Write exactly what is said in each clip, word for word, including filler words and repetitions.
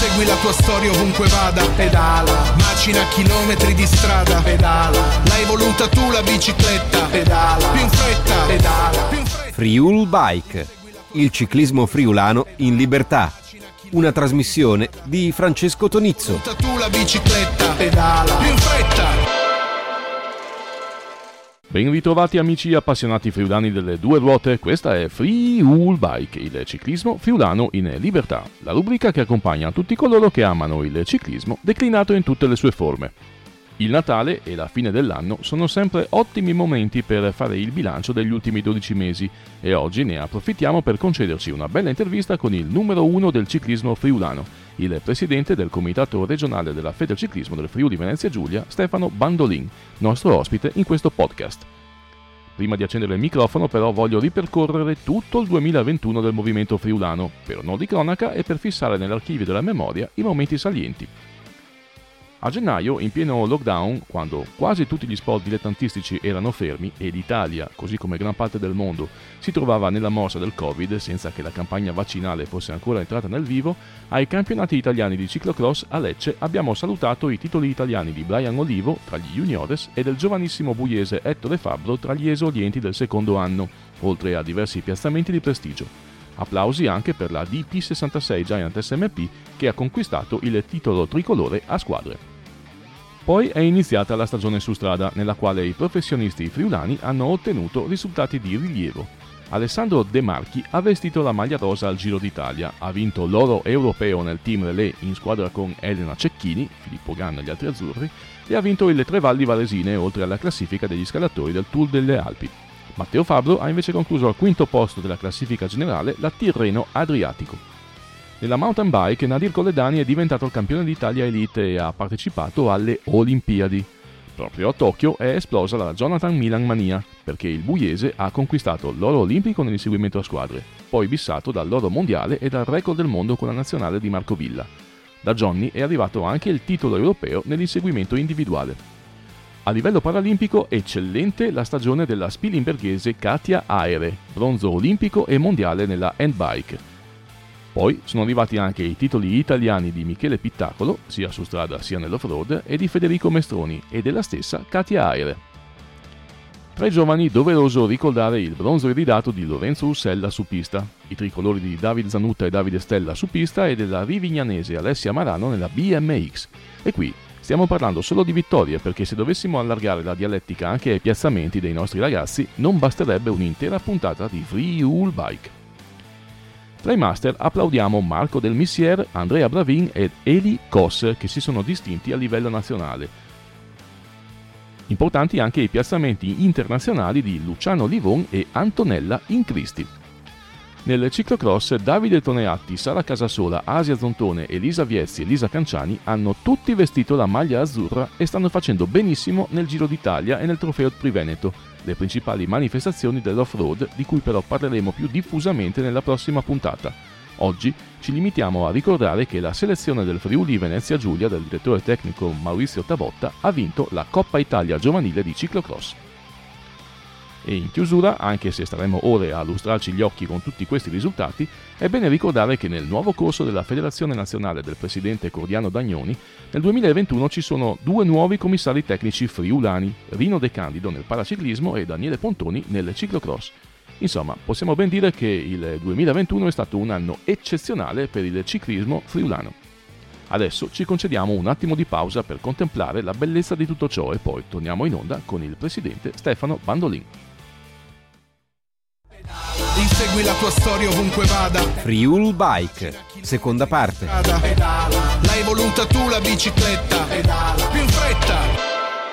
Insegui la tua storia ovunque vada, pedala, macina chilometri di strada, pedala, l'hai voluta tu la bicicletta, pedala, più in fretta, pedala, più in fretta. Friul Bike, il ciclismo friulano in libertà. Una trasmissione di Francesco Tonizzo. Tu la bicicletta, pedala, più in fretta. Ben ritrovati amici appassionati friulani delle due ruote, questa è Friul Bike, il ciclismo friulano in libertà, la rubrica che accompagna tutti coloro che amano il ciclismo declinato in tutte le sue forme. Il Natale e la fine dell'anno sono sempre ottimi momenti per fare il bilancio degli ultimi dodici mesi e oggi ne approfittiamo per concederci una bella intervista con il numero uno del ciclismo friulano, il presidente del comitato regionale della Federciclismo del Friuli Venezia Giulia, Stefano Bandolin, nostro ospite in questo podcast. Prima di accendere il microfono però voglio ripercorrere tutto il duemilaventuno del movimento friulano, per onor di cronaca e per fissare nell'archivio della memoria i momenti salienti. A gennaio, in pieno lockdown, quando quasi tutti gli sport dilettantistici erano fermi e l'Italia, così come gran parte del mondo, si trovava nella morsa del Covid senza che la campagna vaccinale fosse ancora entrata nel vivo, ai campionati italiani di ciclocross a Lecce abbiamo salutato i titoli italiani di Brian Olivo tra gli juniores e del giovanissimo pugliese Ettore Fabbro tra gli esordienti del secondo anno, oltre a diversi piazzamenti di prestigio. Applausi anche per la D P sessantasei Giant S M P che ha conquistato il titolo tricolore a squadre. Poi è iniziata la stagione su strada, nella quale i professionisti friulani hanno ottenuto risultati di rilievo. Alessandro De Marchi ha vestito la maglia rosa al Giro d'Italia, ha vinto l'oro europeo nel team relay in squadra con Elena Cecchini, Filippo Ganna e gli altri azzurri, e ha vinto il Tre Valli Varesine oltre alla classifica degli scalatori del Tour delle Alpi. Matteo Fabbro ha invece concluso al quinto posto della classifica generale la Tirreno Adriatico. Nella mountain bike Nadir Colledani è diventato il campione d'Italia Elite e ha partecipato alle Olimpiadi. Proprio a Tokyo è esplosa la Jonathan Milan Mania, perché il pugliese ha conquistato l'oro olimpico nell'inseguimento a squadre, poi bissato dall'oro mondiale e dal record del mondo con la nazionale di Marco Villa. Da Johnny è arrivato anche il titolo europeo nell'inseguimento individuale. A livello paralimpico eccellente la stagione della spilimberghese Katia Aere, bronzo olimpico e mondiale nella handbike. Poi sono arrivati anche i titoli italiani di Michele Pittacolo, sia su strada sia nell'off-road, e di Federico Mestroni e della stessa Katia Aere. Tra i giovani doveroso ricordare il bronzo iridato di Lorenzo Ussella su pista, i tricolori di David Zanutta e Davide Stella su pista e della rivignanese Alessia Marano nella B M X. E qui stiamo parlando solo di vittorie, perché se dovessimo allargare la dialettica anche ai piazzamenti dei nostri ragazzi non basterebbe un'intera puntata di Friul Bike. Tra i master applaudiamo Marco Del Missier, Andrea Bravin ed Eli Kos che si sono distinti a livello nazionale. Importanti anche i piazzamenti internazionali di Luciano Livon e Antonella Incristi. Nel ciclocross Davide Toneatti, Sara Casasola, Asia Zontone, Elisa Viezzi e Lisa Canciani hanno tutti vestito la maglia azzurra e stanno facendo benissimo nel Giro d'Italia e nel Trofeo Triveneto, le principali manifestazioni dell'off-road di cui però parleremo più diffusamente nella prossima puntata. Oggi ci limitiamo a ricordare che la selezione del Friuli Venezia Giulia del direttore tecnico Maurizio Tabotta ha vinto la Coppa Italia giovanile di ciclocross. E in chiusura, anche se staremo ore a lustrarci gli occhi con tutti questi risultati, è bene ricordare che nel nuovo corso della Federazione Nazionale del presidente Cordiano Dagnoni, nel duemilaventuno ci sono due nuovi commissari tecnici friulani, Rino De Candido nel paraciclismo e Daniele Pontoni nel ciclocross. Insomma, possiamo ben dire che il duemilaventuno è stato un anno eccezionale per il ciclismo friulano. Adesso ci concediamo un attimo di pausa per contemplare la bellezza di tutto ciò e poi torniamo in onda con il presidente Stefano Bandolin. Insegui la tua storia ovunque vada. Friul Bike, seconda parte. L'hai voluta tu la bicicletta, pedala, più in fretta.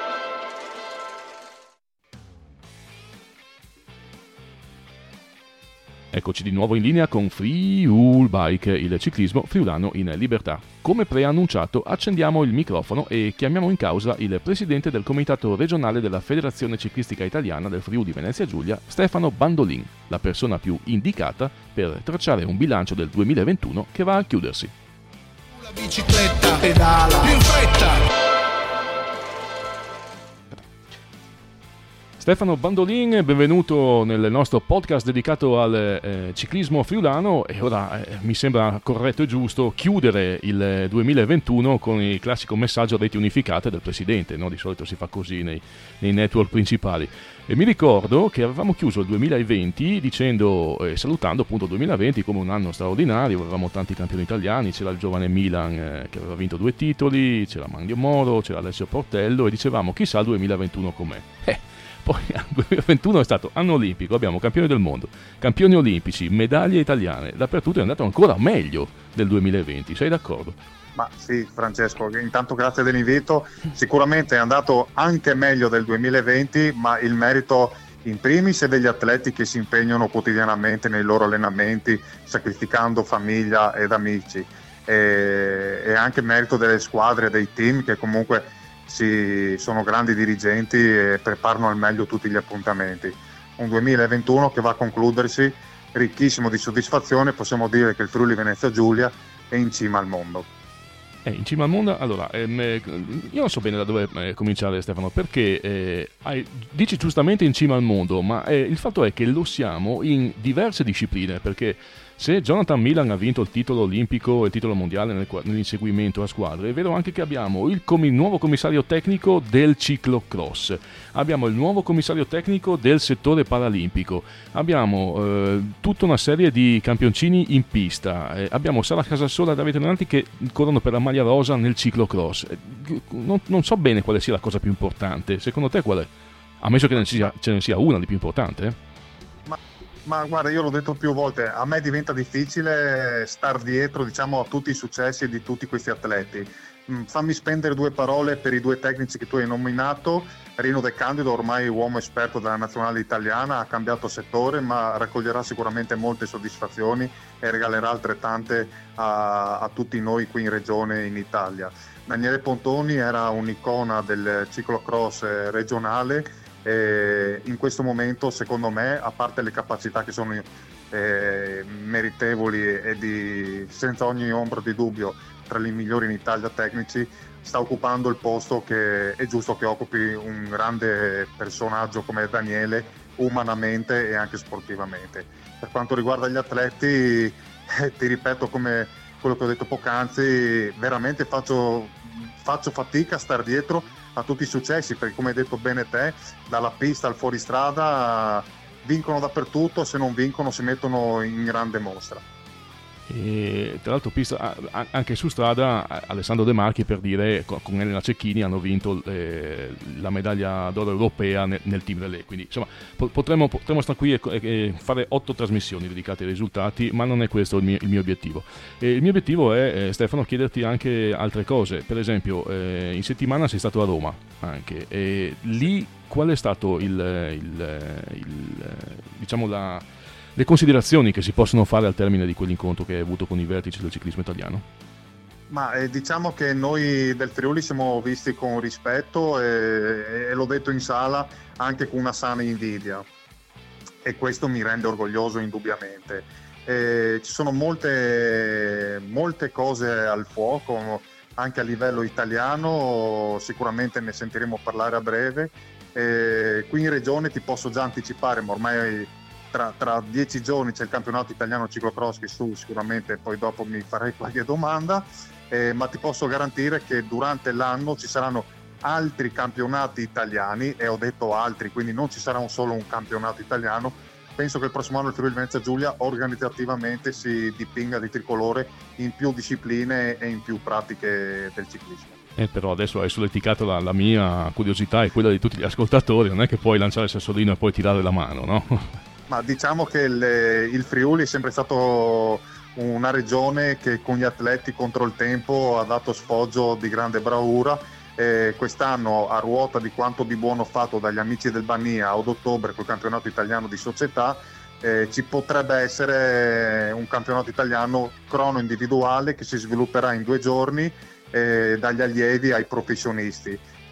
Eccoci di nuovo in linea con Friul Bike, il ciclismo friulano in libertà. Come preannunciato, accendiamo il microfono e chiamiamo in causa il presidente del comitato regionale della Federazione Ciclistica Italiana del Friuli Venezia Giulia, Stefano Bandolin, la persona più indicata per tracciare un bilancio del duemilaventuno che va a chiudersi. La bicicletta, pedala, più in fretta. Stefano Bandolin, benvenuto nel nostro podcast dedicato al eh, ciclismo friulano, e ora eh, mi sembra corretto e giusto chiudere il duemilaventuno con il classico messaggio a reti unificate del presidente, no? Di solito si fa così nei, nei network principali. E mi ricordo che avevamo chiuso il duemilaventi dicendo, eh, salutando appunto il duemilaventi come un anno straordinario, avevamo tanti campioni italiani, c'era il giovane Milan eh, che aveva vinto due titoli, c'era Manlio Moro, c'era Alessio Portello, e dicevamo chissà il duemilaventuno com'è. Eh, Poi il duemilaventuno è stato anno olimpico, abbiamo campioni del mondo, campioni olimpici, medaglie italiane, dappertutto è andato ancora meglio del duemilaventi, sei d'accordo? Ma sì, Francesco, intanto grazie dell'invito. Sicuramente è andato anche meglio del duemilaventi, ma il merito in primis è degli atleti che si impegnano quotidianamente nei loro allenamenti, sacrificando famiglia ed amici, e, e anche merito delle squadre e dei team che comunque si, sono grandi dirigenti e preparano al meglio tutti gli appuntamenti. Un duemilaventuno che va a concludersi ricchissimo di soddisfazione, possiamo dire che il Friuli Venezia Giulia è in cima al mondo. Eh, in cima al mondo, allora, ehm, io non so bene da dove eh, cominciare, Stefano, perché eh, hai, dici giustamente in cima al mondo, ma eh, il fatto è che lo siamo in diverse discipline, perché se Jonathan Milan ha vinto il titolo olimpico e il titolo mondiale nel, nell'inseguimento a squadre, è vero anche che abbiamo il com- nuovo commissario tecnico del ciclocross, abbiamo il nuovo commissario tecnico del settore paralimpico, abbiamo eh, tutta una serie di campioncini in pista, eh, abbiamo Sara Casassola e Davide Donati che corrono per la maglia rosa nel ciclocross. Eh, non, non so bene quale sia la cosa più importante, secondo te qual è? Ammesso che ne sia, ce ne sia una di più importante, eh? Ma guarda, io l'ho detto più volte, a me diventa difficile star dietro, diciamo, a tutti i successi di tutti questi atleti. Fammi spendere due parole per i due tecnici che tu hai nominato. Rino De Candido, ormai uomo esperto della nazionale italiana, ha cambiato settore ma raccoglierà sicuramente molte soddisfazioni e regalerà altrettante a, a tutti noi qui in regione in Italia. Daniele Pontoni era un'icona del ciclocross regionale. E in questo momento, secondo me, a parte le capacità che sono eh, meritevoli e di, senza ogni ombra di dubbio tra i migliori in Italia tecnici, sta occupando il posto che è giusto che occupi un grande personaggio come Daniele, umanamente e anche sportivamente. Per quanto riguarda gli atleti, eh, ti ripeto come quello che ho detto poc'anzi, veramente faccio, faccio fatica a star dietro a tutti i successi, perché come hai detto bene te, dalla pista al fuoristrada vincono dappertutto, se non vincono si mettono in grande mostra. E tra l'altro pista, anche su strada Alessandro De Marchi, per dire, con Elena Cecchini hanno vinto eh, la medaglia d'oro europea nel, nel team relay, quindi insomma potremmo, potremmo stare qui e, e fare otto trasmissioni dedicate ai risultati, ma non è questo il mio, il mio obiettivo. E il mio obiettivo è, eh, Stefano, chiederti anche altre cose. Per esempio eh, in settimana sei stato a Roma anche, e lì qual è stato il, il, il diciamo la le considerazioni che si possono fare al termine di quell'incontro che hai avuto con i vertici del ciclismo italiano? Ma eh, diciamo che noi del Friuli siamo visti con rispetto e, e l'ho detto in sala, anche con una sana invidia, e questo mi rende orgoglioso indubbiamente. E ci sono molte, molte cose al fuoco anche a livello italiano, sicuramente ne sentiremo parlare a breve. E qui in regione ti posso già anticipare, ma ormai Tra, tra dieci giorni c'è il campionato italiano ciclocross, che su sicuramente poi dopo mi farei qualche domanda, eh, ma ti posso garantire che durante l'anno ci saranno altri campionati italiani, e ho detto altri, quindi non ci sarà un solo un campionato italiano. Penso che il prossimo anno il Friuli Venezia Giulia organizzativamente si dipinga di tricolore in più discipline e in più pratiche del ciclismo. Eh, però adesso hai solleticato la, la mia curiosità e quella di tutti gli ascoltatori, non è che puoi lanciare il sassolino e poi tirare la mano, no? Ma diciamo che il, il Friuli è sempre stato una regione che con gli atleti contro il tempo ha dato sfoggio di grande bravura, e quest'anno, a ruota di quanto di buono fatto dagli amici del Bania ad ottobre col campionato italiano di società, eh, ci potrebbe essere un campionato italiano crono individuale che si svilupperà in due giorni, eh, dagli allievi ai professionisti.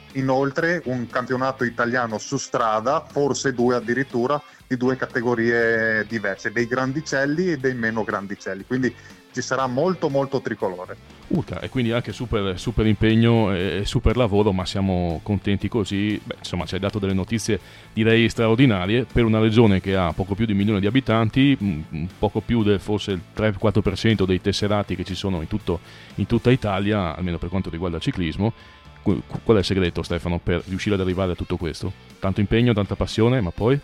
inoltre un campionato italiano su strada, forse due addirittura, di due categorie diverse, dei grandicelli e dei meno grandicelli, quindi ci sarà molto molto tricolore. Urca, e quindi anche super, super impegno e super lavoro, ma siamo contenti così. Beh, insomma, ci hai dato delle notizie direi straordinarie per una regione che ha poco più di un milione di abitanti, un poco più del forse il tre quattro per cento dei tesserati che ci sono in, tutto, in tutta Italia, almeno per quanto riguarda il ciclismo. Qual è il segreto, Stefano, per riuscire ad arrivare a tutto questo? Tanto impegno, tanta passione, ma poi?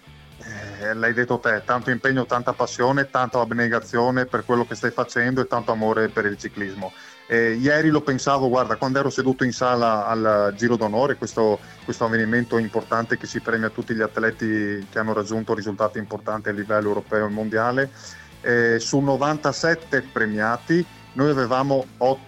Eh, l'hai detto te, tanto impegno, tanta passione, tanta abnegazione per quello che stai facendo e tanto amore per il ciclismo. Eh, ieri lo pensavo, guarda, quando ero seduto in sala al Giro d'Onore, questo, questo avvenimento importante che si premia tutti gli atleti che hanno raggiunto risultati importanti a livello europeo e mondiale, eh, su novantasette premiati noi avevamo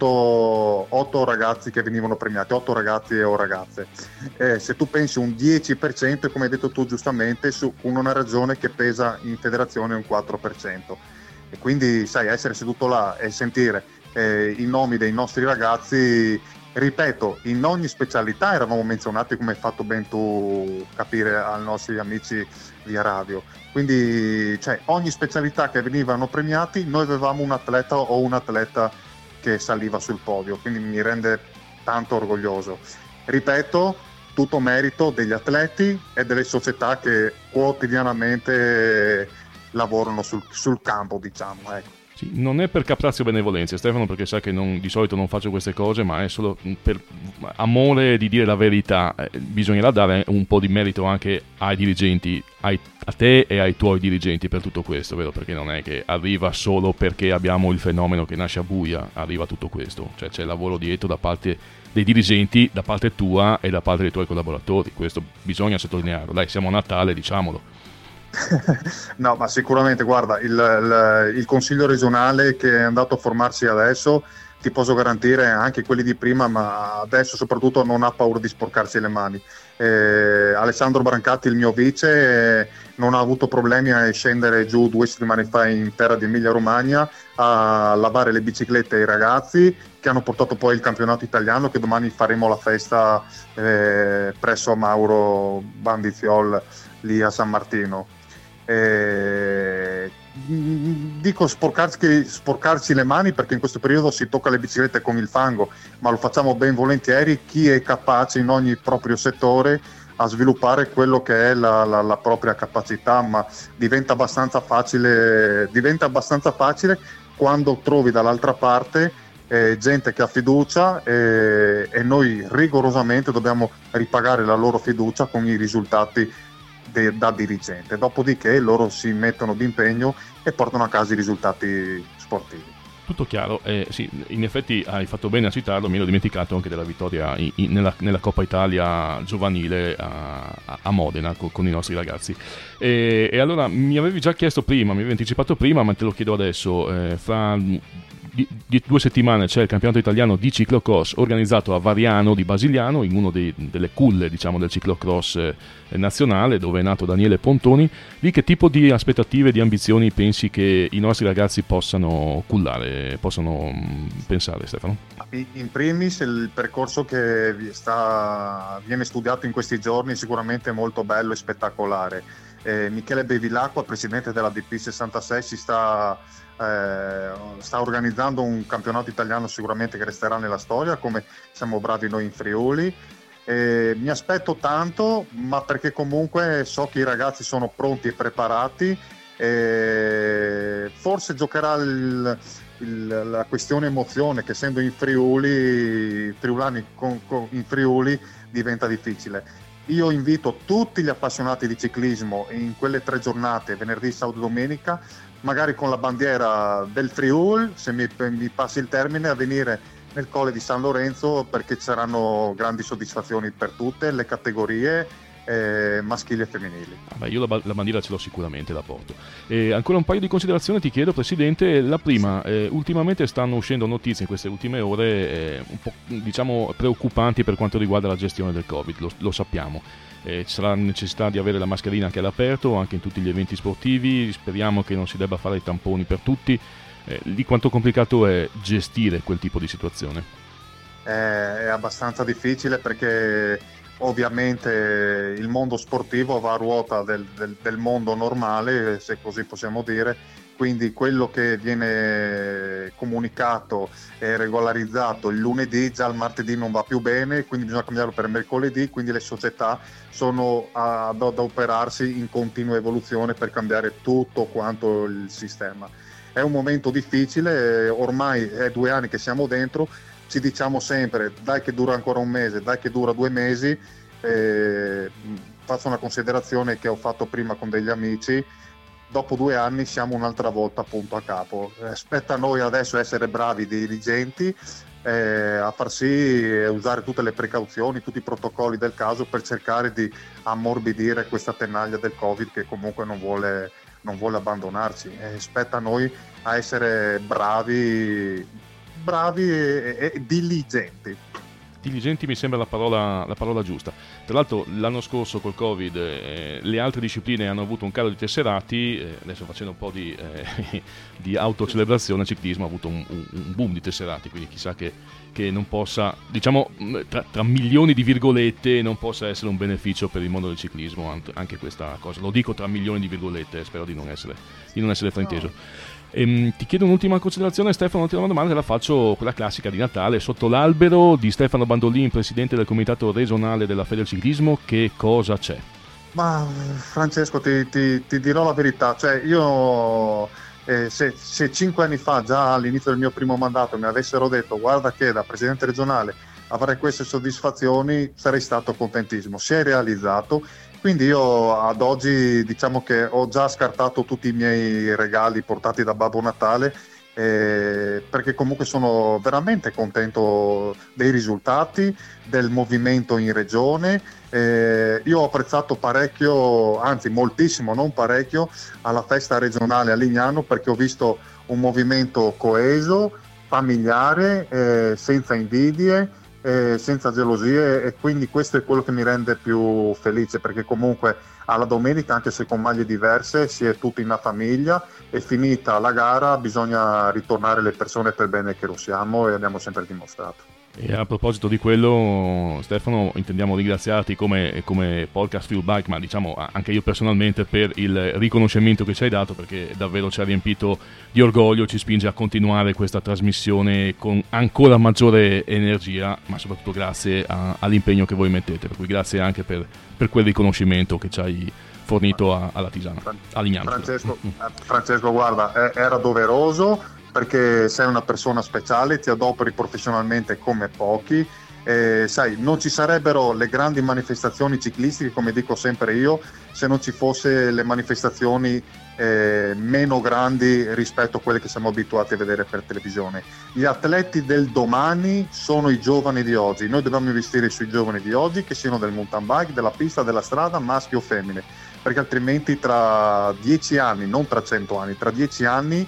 otto ragazzi che venivano premiati, otto ragazzi o ragazze. Eh, se tu pensi un dieci per cento, come hai detto tu giustamente, su una regione che pesa in federazione un quattro per cento. E quindi, sai, essere seduto là e sentire eh, i nomi dei nostri ragazzi, ripeto, in ogni specialità eravamo menzionati, come hai fatto ben tu capire ai nostri amici via radio. Quindi, cioè, ogni specialità che venivano premiati, noi avevamo un atleta o un atleta che saliva sul podio, quindi mi rende tanto orgoglioso. Ripeto, tutto merito degli atleti e delle società che quotidianamente lavorano sul, sul campo, diciamo, ecco. Sì, non è per captazio benevolenza, Stefano, perché sa che non, di solito non faccio queste cose, ma è solo per amore di dire la verità. Eh, bisognerà dare un po' di merito anche ai dirigenti, ai, a te e ai tuoi dirigenti per tutto questo, vero? Perché non è che arriva solo perché abbiamo il fenomeno che nasce a buia, arriva tutto questo. Cioè c'è lavoro dietro da parte dei dirigenti, da parte tua e da parte dei tuoi collaboratori. Questo bisogna sottolinearlo. Dai, siamo a Natale, diciamolo. No, ma sicuramente, guarda, il, il, il consiglio regionale che è andato a formarsi adesso, ti posso garantire, anche quelli di prima, ma adesso soprattutto non ha paura di sporcarsi le mani. Eh, Alessandro Brancati, il mio vice, eh, non ha avuto problemi a scendere giù due settimane fa in terra di Emilia Romagna a lavare le biciclette ai ragazzi, che hanno portato poi il campionato italiano, che domani faremo la festa eh, presso Mauro Bandiziol lì a San Martino. Eh, dico sporcarci, sporcarci le mani perché in questo periodo si tocca le biciclette con il fango, ma lo facciamo ben volentieri chi è capace in ogni proprio settore a sviluppare quello che è la, la, la propria capacità, ma diventa abbastanza facile diventa abbastanza facile quando trovi dall'altra parte eh, gente che ha fiducia eh, e noi rigorosamente dobbiamo ripagare la loro fiducia con i risultati da dirigente, dopodiché loro si mettono d'impegno e portano a casa i risultati sportivi. Tutto chiaro, eh, sì, in effetti hai fatto bene a citarlo, mi ero dimenticato anche della vittoria in, in, nella, nella Coppa Italia giovanile a, a Modena con, con i nostri ragazzi. E, e allora mi avevi già chiesto prima, mi avevi anticipato prima, ma te lo chiedo adesso, eh, fra di, di due settimane c'è il campionato italiano di ciclocross organizzato a Variano di Basigliano, in uno dei, delle culle, diciamo, del ciclocross eh, nazionale, dove è nato Daniele Pontoni. Lì che tipo di aspettative, di ambizioni pensi che i nostri ragazzi possano cullare, possano mh, pensare, Stefano? In primis il percorso che sta, viene studiato in questi giorni è sicuramente molto bello e spettacolare. Eh, Michele Bevilacqua, presidente della D P sessantasei, si sta Eh, sta organizzando un campionato italiano sicuramente che resterà nella storia, come siamo bravi noi in Friuli. Eh, mi aspetto tanto, ma perché comunque so che i ragazzi sono pronti e preparati. Eh, forse giocherà il, il, la questione emozione, che essendo in Friuli, friulani con, con, in Friuli diventa difficile. Io invito tutti gli appassionati di ciclismo in quelle tre giornate, venerdì, sabato e domenica, magari con la bandiera del Friuli, se mi, mi passi il termine, a venire nel Colle di San Lorenzo, perché ci saranno grandi soddisfazioni per tutte le categorie eh, maschili e femminili. Ah beh, io la, la bandiera ce l'ho sicuramente, la porto. E ancora un paio di considerazioni ti chiedo, Presidente. La prima, eh, ultimamente stanno uscendo notizie in queste ultime ore eh, un po', diciamo, preoccupanti per quanto riguarda la gestione del Covid, lo, lo sappiamo. Eh, ci sarà necessità di avere la mascherina anche all'aperto, anche in tutti gli eventi sportivi. Speriamo che non si debba fare i tamponi per tutti. Eh, di quanto complicato è gestire quel tipo di situazione? è, è abbastanza difficile, perché ovviamente il mondo sportivo va a ruota del, del, del mondo normale, se così possiamo dire, quindi quello che viene comunicato e regolarizzato il lunedì già il martedì non va più bene, quindi bisogna cambiarlo per mercoledì, quindi le società sono ad adoperarsi in continua evoluzione per cambiare tutto quanto il sistema. È un momento difficile, ormai è due anni che siamo dentro, ci diciamo sempre dai che dura ancora un mese, dai che dura due mesi. Eh, faccio una considerazione che ho fatto prima con degli amici: dopo due anni siamo un'altra volta punto a capo. Eh, spetta a noi adesso essere bravi dirigenti, eh, a far sì e usare tutte le precauzioni, tutti i protocolli del caso per cercare di ammorbidire questa tenaglia del Covid che comunque non vuole, non vuole abbandonarci. Eh, spetta a noi a essere bravi, bravi e, e diligenti. Diligenti mi sembra la parola, la parola giusta. Tra l'altro l'anno scorso col Covid eh, le altre discipline hanno avuto un calo di tesserati, eh, adesso facendo un po' di, eh, di autocelebrazione, il ciclismo ha avuto un, un, un boom di tesserati, quindi chissà che, che non possa, diciamo tra, tra milioni di virgolette, non possa essere un beneficio per il mondo del ciclismo anche questa cosa. Lo dico tra milioni di virgolette, spero di non essere, di non essere frainteso. No. Ehm, ti chiedo un'ultima considerazione, Stefano, l'ultima domanda te la faccio, quella classica di Natale. Sotto l'albero di Stefano Bandolin, presidente del comitato regionale della Federciclismo, che cosa c'è? Ma Francesco, ti, ti, ti dirò la verità, cioè io eh, se, se cinque anni fa, già all'inizio del mio primo mandato, mi avessero detto guarda che da presidente regionale avrei queste soddisfazioni, sarei stato contentissimo. Si è realizzato. Quindi io ad oggi diciamo che ho già scartato tutti i miei regali portati da Babbo Natale, eh, perché comunque sono veramente contento dei risultati, del movimento in regione. Eh, io ho apprezzato parecchio, anzi moltissimo, non parecchio, alla festa regionale a Lignano, perché ho visto un movimento coeso, familiare, eh, senza invidie, Eh, senza gelosie, e quindi questo è quello che mi rende più felice, perché comunque alla domenica, anche se con maglie diverse, si è tutti in una famiglia, e finita la gara bisogna ritornare le persone per bene che lo siamo, e abbiamo sempre dimostrato. E a proposito di quello, Stefano, intendiamo ringraziarti come, come podcast Fuel Bike, ma diciamo anche io personalmente, per il riconoscimento che ci hai dato, perché davvero ci ha riempito di orgoglio, ci spinge a continuare questa trasmissione con ancora maggiore energia, ma soprattutto grazie a, all'impegno che voi mettete, per cui grazie anche per, per quel riconoscimento che ci hai fornito a, alla Tisana, a Lignano. Francesco, Francesco, guarda, era doveroso, perché sei una persona speciale, ti adoperi professionalmente come pochi, eh, sai, non ci sarebbero le grandi manifestazioni ciclistiche, come dico sempre io, se non ci fosse le manifestazioni eh, meno grandi rispetto a quelle che siamo abituati a vedere per televisione. Gli atleti del domani sono i giovani di oggi, noi dobbiamo investire sui giovani di oggi, che siano del mountain bike, della pista, della strada, maschi o femmine, perché altrimenti tra dieci anni, non tra cento anni, tra dieci anni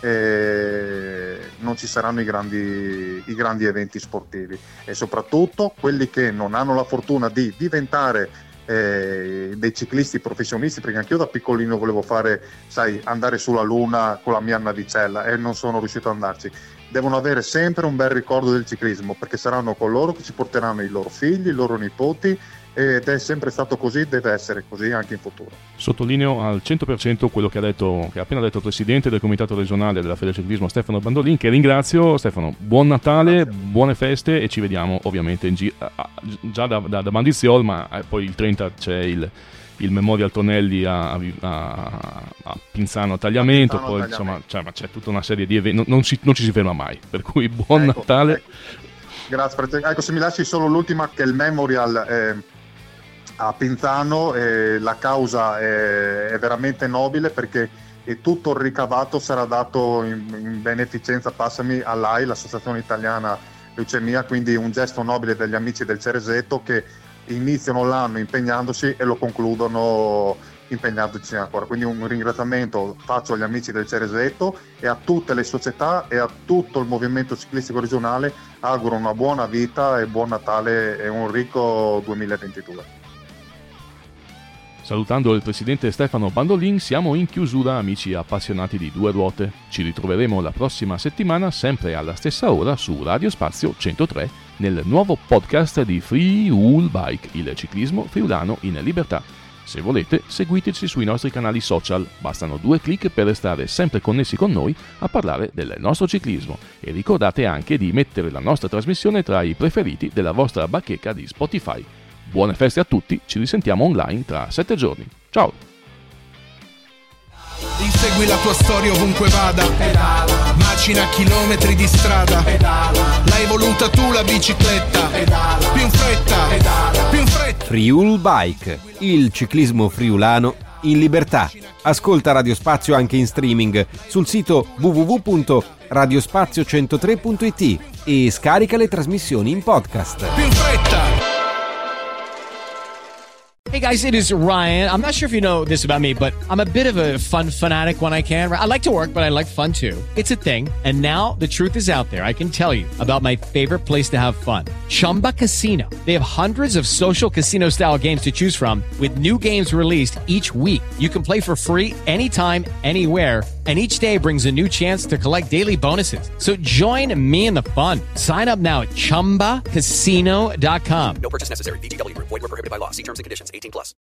Eh, non ci saranno i grandi, i grandi eventi sportivi, e soprattutto quelli che non hanno la fortuna di diventare eh, dei ciclisti professionisti, perché anch'io da piccolino volevo fare, sai, andare sulla luna con la mia navicella e non sono riuscito ad andarci. Devono avere sempre un bel ricordo del ciclismo, perché saranno coloro che ci porteranno i loro figli, i loro nipoti, ed è sempre stato così, deve essere così anche in futuro. Sottolineo al cento per cento quello che ha detto, che ha appena detto il presidente del comitato regionale della Federciclismo, Stefano Bandolin, che ringrazio. Stefano, buon Natale, grazie. Buone feste, e ci vediamo ovviamente in gi- già da, da, da Bandiziol, ma poi il trenta c'è il, il Memorial Tonelli a, a, a Pinzano a Tagliamento, a Pinzano, poi tagliamento. Insomma c'è, ma c'è tutta una serie di eventi, non, non, si, non ci si ferma mai, per cui buon ecco, Natale. Ecco. Grazie, ecco, se mi lasci solo l'ultima, che il Memorial eh, a Pinzano, eh, la causa è, è veramente nobile, perché e tutto il ricavato sarà dato in, in beneficenza, passami, all'A I, l'Associazione Italiana Leucemia, quindi un gesto nobile degli amici del Ceresetto, che iniziano l'anno impegnandosi e lo concludono impegnandoci ancora. Quindi un ringraziamento faccio agli amici del Ceresetto e a tutte le società e a tutto il movimento ciclistico regionale. Auguro una buona vita e buon Natale e un ricco duemilaventidue. Salutando il presidente Stefano Bandolin, siamo in chiusura, amici appassionati di due ruote. Ci ritroveremo la prossima settimana, sempre alla stessa ora, su Radio Spazio centotré nel nuovo podcast di Friul Bike, il ciclismo friulano in libertà. Se volete, seguiteci sui nostri canali social, bastano due clic per restare sempre connessi con noi a parlare del nostro ciclismo e ricordate anche di mettere la nostra trasmissione tra i preferiti della vostra bacheca di Spotify. Buone feste a tutti, ci risentiamo online tra sette giorni. Ciao! Insegui la tua storia ovunque vada, pedala. Macina chilometri di strada, pedala. L'hai voluta tu la bicicletta, pedala. Più in fretta, pedala. Più in fretta. Friul Bike, il ciclismo friulano in libertà. Ascolta Radio Spazio anche in streaming sul sito w w w punto radiospazio centotré punto i t e scarica le trasmissioni in podcast. Più in fretta. Hey guys, it is Ryan. I'm not sure if you know this about me, but I'm a bit of a fun fanatic when I can. I like to work, but I like fun too. It's a thing. And now the truth is out there. I can tell you about my favorite place to have fun. Chumba Casino. They have hundreds of social casino style games to choose from with new games released each week. You can play for free anytime, anywhere. And each day brings a new chance to collect daily bonuses. So join me in the fun. Sign up now at chumba casino dot com. No purchase necessary. V G W Group. Void where prohibited by law. See terms and conditions. eighteen plus.